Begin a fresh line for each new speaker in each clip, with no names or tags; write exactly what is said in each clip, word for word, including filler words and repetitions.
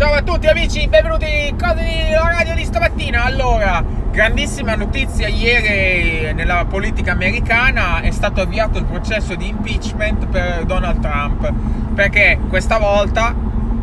Ciao a tutti amici, benvenuti con la radio di stamattina. Allora, grandissima notizia: ieri nella politica americana è stato avviato il processo di impeachment per Donald Trump, perché questa volta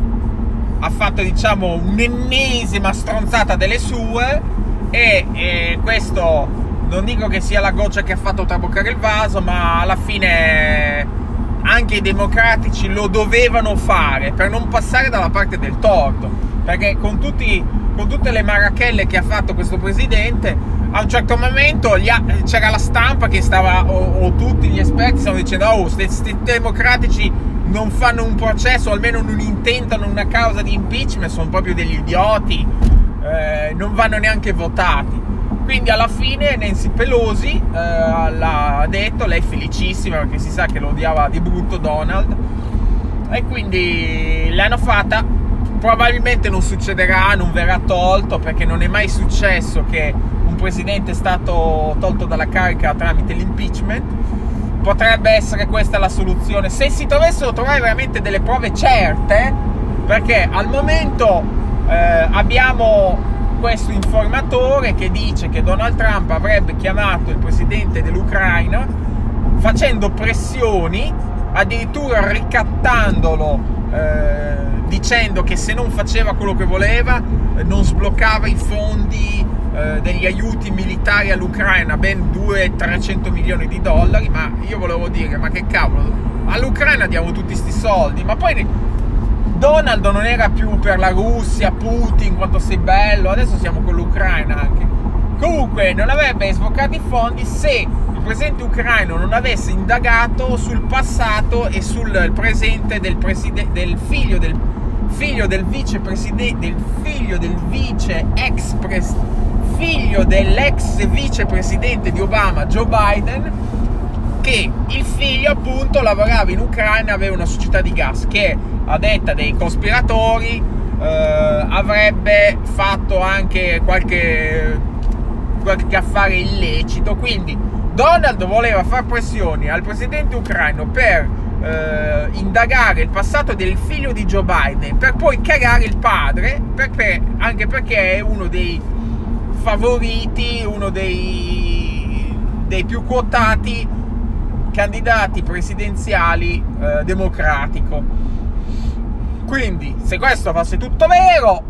ha fatto, diciamo, un'ennesima stronzata delle sue e, e questo non dico che sia la goccia che ha fatto traboccare il vaso, ma alla fine anche i democratici lo dovevano fare per non passare dalla parte del torto, perché con, tutti, con tutte le marachelle che ha fatto questo presidente, a un certo momento ha, c'era la stampa che stava, o, o tutti gli esperti stavano dicendo: oh, questi democratici non fanno un processo, o almeno non intentano una causa di impeachment, sono proprio degli idioti, eh, non vanno neanche votati. Quindi alla fine Nancy Pelosi eh, l'ha detto, lei è felicissima perché si sa che lo odiava di brutto Donald, e quindi l'hanno fatta. Probabilmente non succederà, non verrà tolto, perché non è mai successo che un presidente è stato tolto dalla carica tramite l'impeachment. Potrebbe essere questa la soluzione se si dovessero trovare veramente delle prove certe, perché al momento eh, abbiamo questo informatore che dice che Donald Trump avrebbe chiamato il presidente dell'Ucraina facendo pressioni, addirittura ricattandolo, eh, dicendo che se non faceva quello che voleva eh, non sbloccava i fondi eh, degli aiuti militari all'Ucraina, ben duecento trecento milioni di dollari. Ma io volevo dire, ma che cavolo, all'Ucraina diamo tutti sti soldi, ma poi Donald non era più per la Russia, Putin, quanto sei bello, adesso siamo con l'Ucraina anche. Comunque non avrebbe sbloccato i fondi se il presidente ucraino non avesse indagato sul passato e sul presente del, preside- del figlio del figlio del vicepresidente, del figlio del vice ex pres- figlio dell'ex vicepresidente di Obama, Joe Biden, che il figlio appunto lavorava in Ucraina, aveva una società di gas che, a detta dei cospiratori, eh, avrebbe fatto anche qualche, qualche affare illecito. Quindi Donald voleva far pressioni al presidente ucraino per eh, indagare il passato del figlio di Joe Biden, per poi cagare il padre, per, per, anche perché è uno dei favoriti, uno dei, dei più quotati candidati presidenziali eh, democratico. Quindi, se questo fosse tutto vero,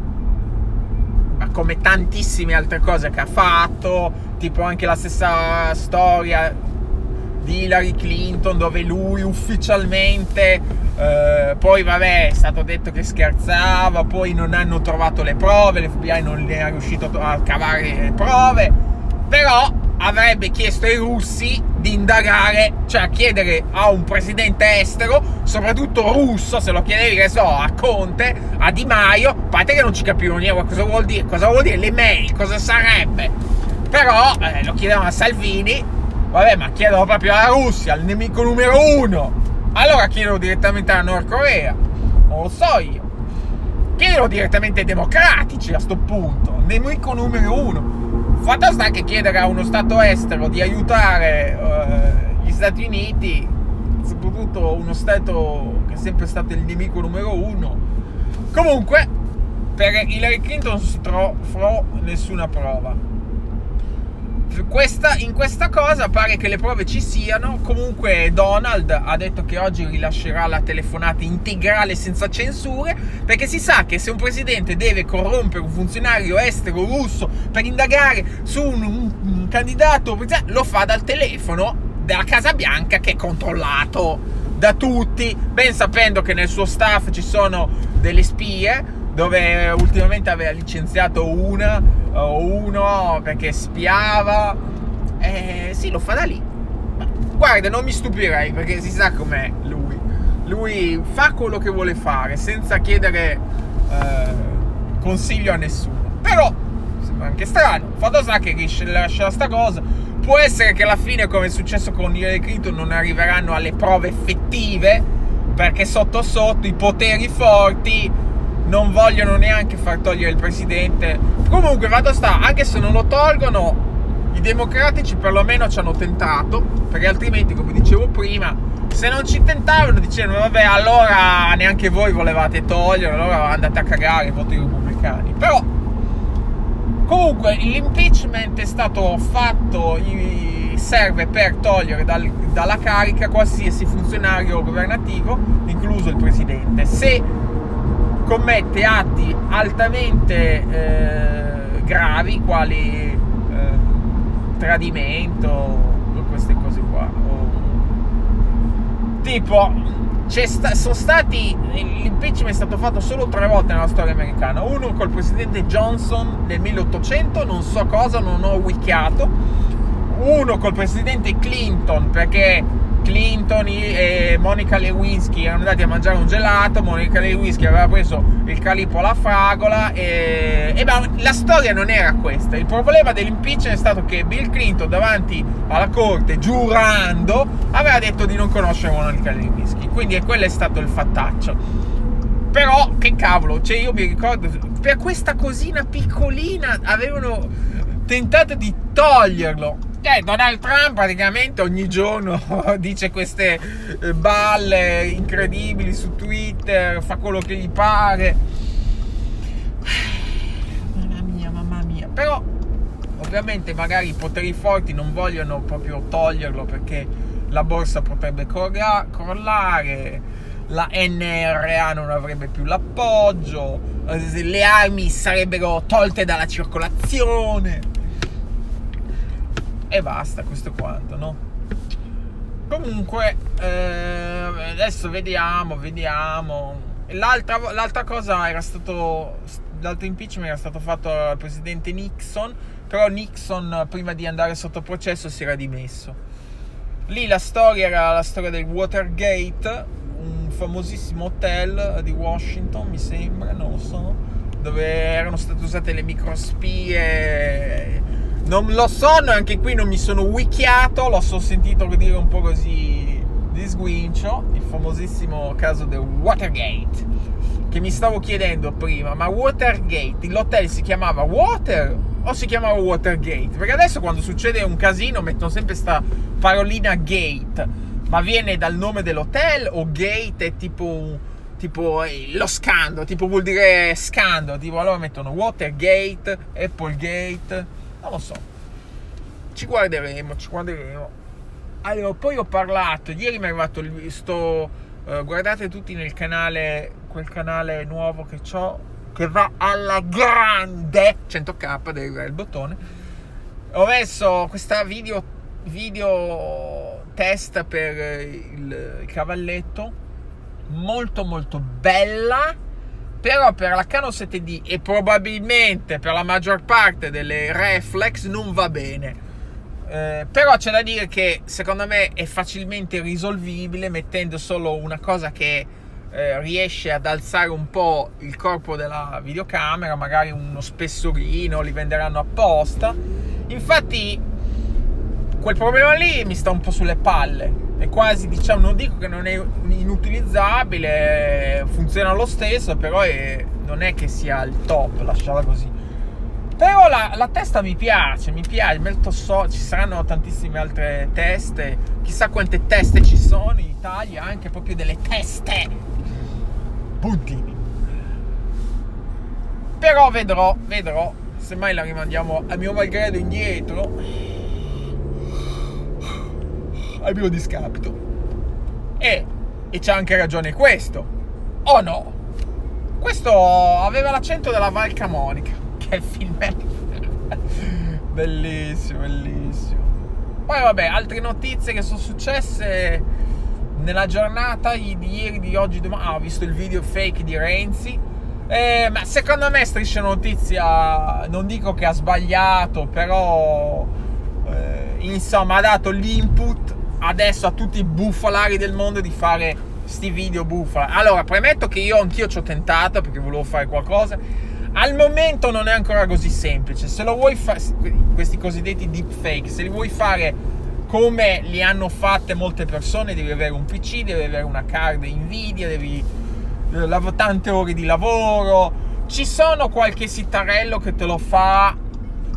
ma come tantissime altre cose che ha fatto, tipo anche la stessa storia di Hillary Clinton, dove lui ufficialmente, eh, poi vabbè, è stato detto che scherzava, poi non hanno trovato le prove, l'F B I non è riuscito a cavare le prove, però avrebbe chiesto ai russi di indagare, cioè a chiedere a un presidente estero, soprattutto russo, se lo chiedevi, che so, a Conte, a Di Maio, a parte che non ci capivo niente cosa vuol dire, cosa vuol dire le mail, cosa sarebbe, però eh, lo chiedevano a Salvini, vabbè, ma chiedono proprio alla Russia, al nemico numero uno, allora chiedono direttamente alla Nord Corea, non lo so io, chiedono direttamente ai democratici a sto punto, nemico numero uno. Fatto sta che chiedere a uno stato estero di aiutare uh, gli Stati Uniti, soprattutto uno stato che è sempre stato il nemico numero uno. Comunque, per Hillary Clinton non si trovò nessuna prova. Questa, in questa cosa pare che le prove ci siano. Comunque Donald ha detto che oggi rilascerà la telefonata integrale senza censure, perché si sa che se un presidente deve corrompere un funzionario estero russo per indagare su un, un, un candidato, lo fa dal telefono della Casa Bianca, che è controllato da tutti, ben sapendo che nel suo staff ci sono delle spie, dove ultimamente aveva licenziato una o uno perché spiava. Eh, sì, lo fa da lì. Ma guarda, non mi stupirei, perché si sa com'è lui. Lui fa quello che vuole fare senza chiedere eh, consiglio a nessuno. Però sembra anche strano. Fatto sta che lascia sta cosa. Può essere che alla fine, come è successo con Hillary Clinton, non arriveranno alle prove effettive, perché sotto sotto i poteri forti non vogliono neanche far togliere il presidente. Comunque vado sta, anche se non lo tolgono, i democratici perlomeno ci hanno tentato, perché altrimenti, come dicevo prima, Se non ci tentavano dicevano vabbè, allora neanche voi volevate toglierlo, allora andate a cagare i voti repubblicani. Però comunque l'impeachment è stato fatto, serve per togliere dal, dalla carica qualsiasi funzionario governativo, incluso il presidente, se commette atti altamente eh, gravi quali eh, tradimento o queste cose qua. O, tipo, c'è sta, sono stati l'impeachment è stato fatto solo tre volte nella storia americana. Uno col presidente Johnson nel milleottocento, non so cosa, non ho wicchiato. Uno col presidente Clinton, perché Clinton e Monica Lewinsky erano andati a mangiare un gelato. Monica Lewinsky aveva preso il calippo alla fragola e, e beh, la storia non era questa. Il problema dell'impeachment è stato che Bill Clinton davanti alla corte, giurando, aveva detto di non conoscere Monica Lewinsky, quindi quello è stato il fattaccio. Però che cavolo, cioè io mi ricordo, per questa cosina piccolina avevano tentato di toglierlo. Eh, Donald Trump praticamente ogni giorno dice queste balle incredibili su Twitter, fa quello che gli pare. Mamma mia, mamma mia. Però ovviamente magari i poteri forti non vogliono proprio toglierlo, perché la borsa potrebbe crollare, la N R A non avrebbe più l'appoggio, le armi sarebbero tolte dalla circolazione. E basta, questo quanto, no? Comunque, eh, adesso vediamo, vediamo. L'altra, l'altra cosa era stato, l'altro impeachment era stato fatto al presidente Nixon, però Nixon prima di andare sotto processo si era dimesso. Lì la storia era la storia del Watergate, un famosissimo hotel di Washington, mi sembra, non lo so, dove erano state usate le microspie. Non lo so, anche qui non mi sono wicchiato, l'ho solo sentito dire un po' così di sguincio, il famosissimo caso del Watergate, che mi stavo chiedendo prima, ma Watergate, l'hotel si chiamava Water o si chiamava Watergate? Perché adesso quando succede un casino mettono sempre sta parolina gate, ma viene dal nome dell'hotel o gate è tipo, tipo eh, lo scandalo, tipo vuol dire scandalo, tipo allora mettono Watergate, Applegate. Non lo so, ci guarderemo, ci guarderemo. Allora, poi ho parlato, ieri mi è arrivato il, sto, uh, guardate tutti nel canale, quel canale nuovo che ho, che va alla grande, cento k, devi avere il bottone. Ho messo questa video, video test per il, il cavalletto, molto molto bella. Però per la Canon sette D e probabilmente per la maggior parte delle reflex non va bene. Eh, però c'è da dire che secondo me è facilmente risolvibile mettendo solo una cosa che eh, riesce ad alzare un po' il corpo della videocamera, magari uno spessorino, li venderanno apposta. Infatti quel problema lì mi sta un po' sulle palle. È quasi, diciamo, non dico che non è inutilizzabile, funziona lo stesso, però è, non è che sia il top, lasciala così. Però la, la testa mi piace, mi piace, molto so, ci saranno tantissime altre teste, chissà quante teste ci sono in Italia, anche proprio delle teste, puntini. Però vedrò, vedrò, semmai la rimandiamo a mio malgrado indietro, al mio discapito. E, e c'ha anche ragione questo, o no? Questo aveva l'accento della Val Camonica, che è il film bellissimo, bellissimo. Poi vabbè, altre notizie che sono successe nella giornata di ieri, di oggi, domani. Ah, ho visto il video fake di Renzi, eh, ma secondo me Striscia Notizia, non dico che ha sbagliato, però eh, insomma ha dato l'input adesso a tutti i bufalari del mondo di fare sti video bufala. Allora, premetto che io anch'io ci ho tentato perché volevo fare qualcosa. Al momento non è ancora così semplice. Se lo vuoi fare, questi cosiddetti deepfake, se li vuoi fare come li hanno fatte molte persone, devi avere un P C, devi avere una card Nvidia, devi eh, tante ore di lavoro. Ci sono qualche sitarello che te lo fa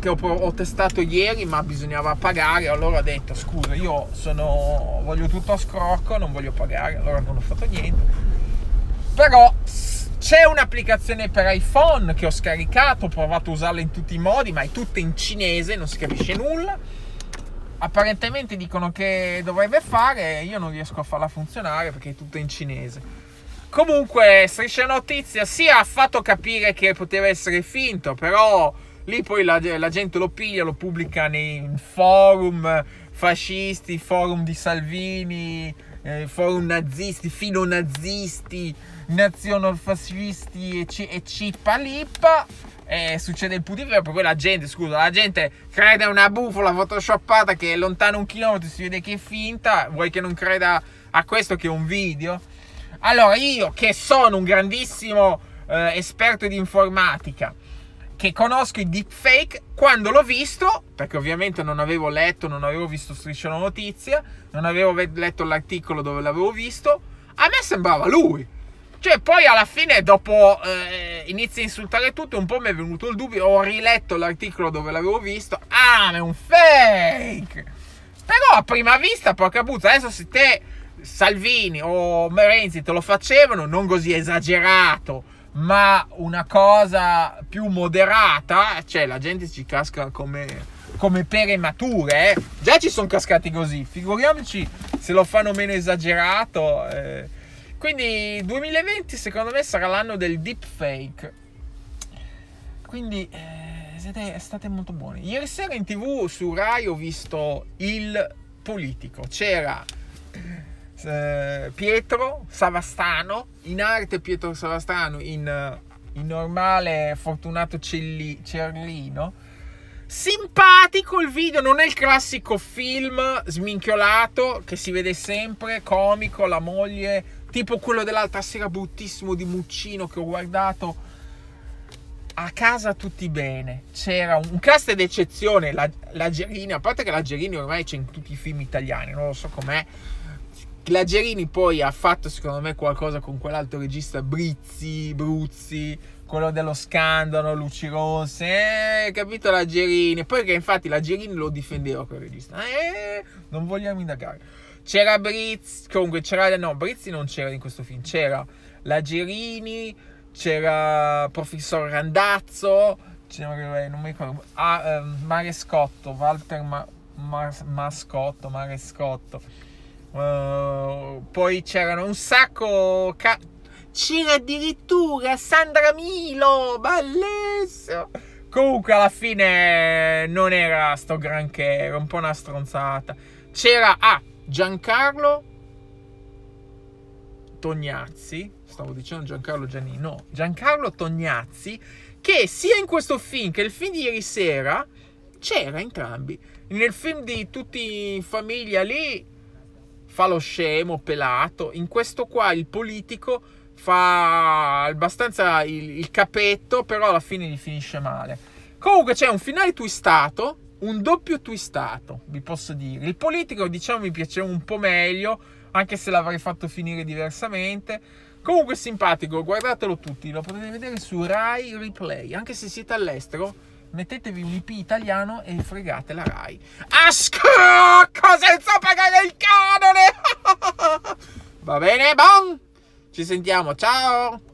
che ho, ho testato ieri, ma bisognava pagare, allora ho detto scusa, io sono voglio tutto a scrocco, non voglio pagare, allora non ho fatto niente. Però c'è un'applicazione per iPhone che ho scaricato, ho provato a usarla in tutti i modi, ma è tutta in cinese, non si capisce nulla. Apparentemente dicono che dovrebbe fare, io non riesco a farla funzionare perché è tutto in cinese. Comunque, Striscia Notizia sì, ha fatto capire che poteva essere finto, però lì poi la, la gente lo piglia, lo pubblica nei forum fascisti, forum di Salvini, eh, forum nazisti, filo-nazisti, nazionalfascisti e, c- e cippa lippa. E succede il putifero, per cui la gente, scusa, la gente crede a una bufala photoshoppata che è lontano un chilometro, si vede che è finta. Vuoi che non creda a questo che è un video? Allora, io che sono un grandissimo eh, esperto di informatica, che conosco i deepfake, quando l'ho visto, perché ovviamente non avevo letto, non avevo visto Striscia la Notizia, non avevo letto l'articolo dove l'avevo visto, a me sembrava lui. Cioè, poi alla fine, dopo eh, inizia a insultare tutto, un po' mi è venuto il dubbio, ho riletto l'articolo dove l'avevo visto, ah, ma è un fake! Però a prima vista, porca puzza, adesso se te, Salvini o Renzi te lo facevano, non così esagerato, ma una cosa più moderata, cioè la gente ci casca come, come pere mature, eh. Già ci sono cascati così, figuriamoci se lo fanno meno esagerato. Eh. Quindi duemilaventi secondo me sarà l'anno del deepfake. Quindi eh, siete, state molto buoni. Ieri sera in tv su Rai ho visto Il Politico. C'era eh, Pietro Savastano, in arte Pietro Savastano, in, in normale Fortunato Celli, Cerlino. Simpatico il video, non è il classico film sminchiolato che si vede sempre, comico, la moglie, tipo quello dell'altra sera bruttissimo di Muccino che ho guardato. A casa tutti bene, c'era un cast d'eccezione, la, la Gerini, a parte che la Gerini ormai c'è in tutti i film italiani, non lo so com'è. La Gerini poi ha fatto secondo me qualcosa con quell'altro regista Brizzi, Bruzzi, quello dello scandalo, Luci Rosse, eh, capito la Gerini, poi che infatti la Gerini lo difendeva quel regista, eh, non vogliamo indagare. C'era Brizzi, comunque c'era, no, Brizzi non c'era in questo film, c'era la Gerini, c'era Professor Randazzo, c'era, non mi ricordo, ah, eh, Marescotto, Walter Ma, Ma, Mascotto, Marescotto. Uh, poi c'erano un sacco ca- c'era addirittura Sandra Milo, bellissimo. Comunque alla fine non era sto granché, era un po' una stronzata. C'era ah, Giancarlo Tognazzi, stavo dicendo Giancarlo Giannini, no, Giancarlo Tognazzi, che sia in questo film che il film di ieri sera c'era entrambi. Nel film di Tutti in famiglia lì fa lo scemo, pelato. In questo qua il politico fa abbastanza il, il capetto, però alla fine gli finisce male. Comunque c'è un finale twistato, un doppio twistato, vi posso dire. Il politico, diciamo, mi piaceva un po' meglio, anche se l'avrei fatto finire diversamente. Comunque simpatico, guardatelo tutti, lo potete vedere su Rai Replay. Anche se siete all'estero, mettetevi un I P italiano e fregate la Rai. A scocco senza pagare il canone! Va bene, bon? Ci sentiamo, ciao!